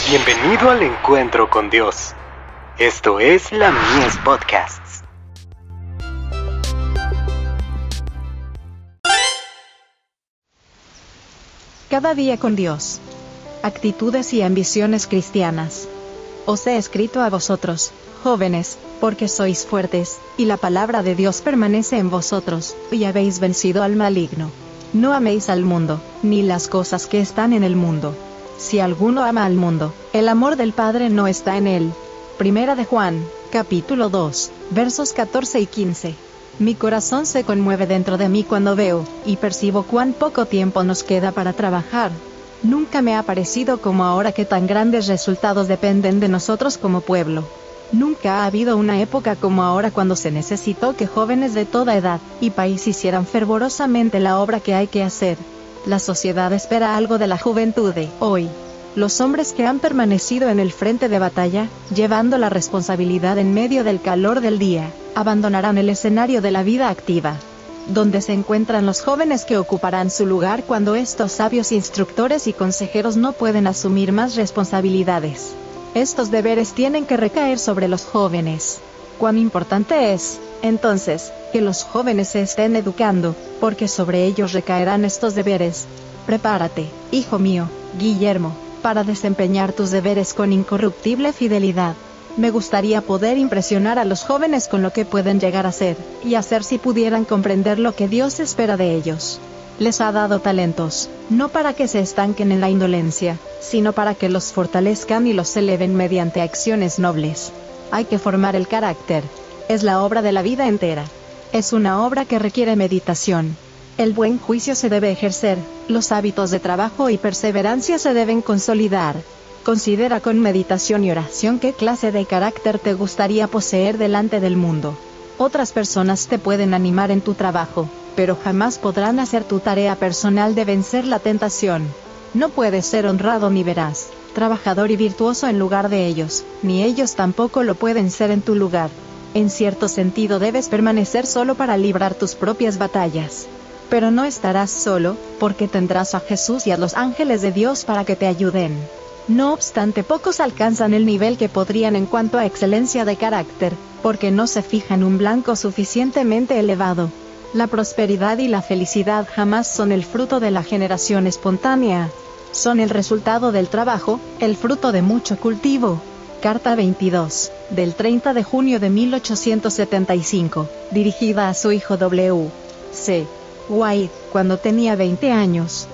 Bienvenido al encuentro con Dios. Esto es la Mies Podcasts. Cada día con Dios. Actitudes y ambiciones cristianas. Os he escrito a vosotros, jóvenes, porque sois fuertes, y la palabra de Dios permanece en vosotros, y habéis vencido al maligno. No améis al mundo, ni las cosas que están en el mundo. Si alguno ama al mundo, el amor del Padre no está en él. Primera de Juan, capítulo 2, versos 14 y 15. Mi corazón se conmueve dentro de mí cuando veo, y percibo cuán poco tiempo nos queda para trabajar. Nunca me ha parecido como ahora que tan grandes resultados dependen de nosotros como pueblo. Nunca ha habido una época como ahora cuando se necesitó que jóvenes de toda edad y país hicieran fervorosamente la obra que hay que hacer. La sociedad espera algo de la juventud de hoy. Los hombres que han permanecido en el frente de batalla, llevando la responsabilidad en medio del calor del día, abandonarán el escenario de la vida activa. Donde se encuentran los jóvenes que ocuparán su lugar cuando estos sabios instructores y consejeros no pueden asumir más responsabilidades. Estos deberes tienen que recaer sobre los jóvenes. Cuán importante es, entonces, que los jóvenes se estén educando, porque sobre ellos recaerán estos deberes. Prepárate, hijo mío, Guillermo, para desempeñar tus deberes con incorruptible fidelidad. Me gustaría poder impresionar a los jóvenes con lo que pueden llegar a ser, y hacer si pudieran comprender lo que Dios espera de ellos. Les ha dado talentos, no para que se estanquen en la indolencia, sino para que los fortalezcan y los eleven mediante acciones nobles. Hay que formar el carácter. Es la obra de la vida entera. Es una obra que requiere meditación. El buen juicio se debe ejercer, los hábitos de trabajo y perseverancia se deben consolidar. Considera con meditación y oración qué clase de carácter te gustaría poseer delante del mundo. Otras personas te pueden animar en tu trabajo, pero jamás podrán hacer tu tarea personal de vencer la tentación. No puedes ser honrado ni veraz, trabajador y virtuoso en lugar de ellos, ni ellos tampoco lo pueden ser en tu lugar. En cierto sentido debes permanecer solo para librar tus propias batallas. Pero no estarás solo, porque tendrás a Jesús y a los ángeles de Dios para que te ayuden. No obstante, pocos alcanzan el nivel que podrían en cuanto a excelencia de carácter, porque no se fijan un blanco suficientemente elevado. La prosperidad y la felicidad jamás son el fruto de la generación espontánea. Son el resultado del trabajo, el fruto de mucho cultivo. Carta 22, del 30 de junio de 1875, dirigida a su hijo W. C. White, cuando tenía 20 años.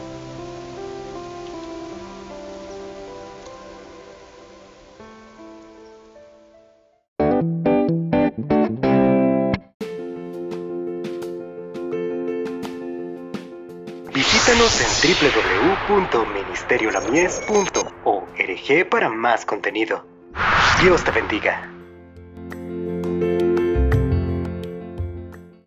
Visítanos en www.ministeriolamies.org para más contenido. Dios te bendiga.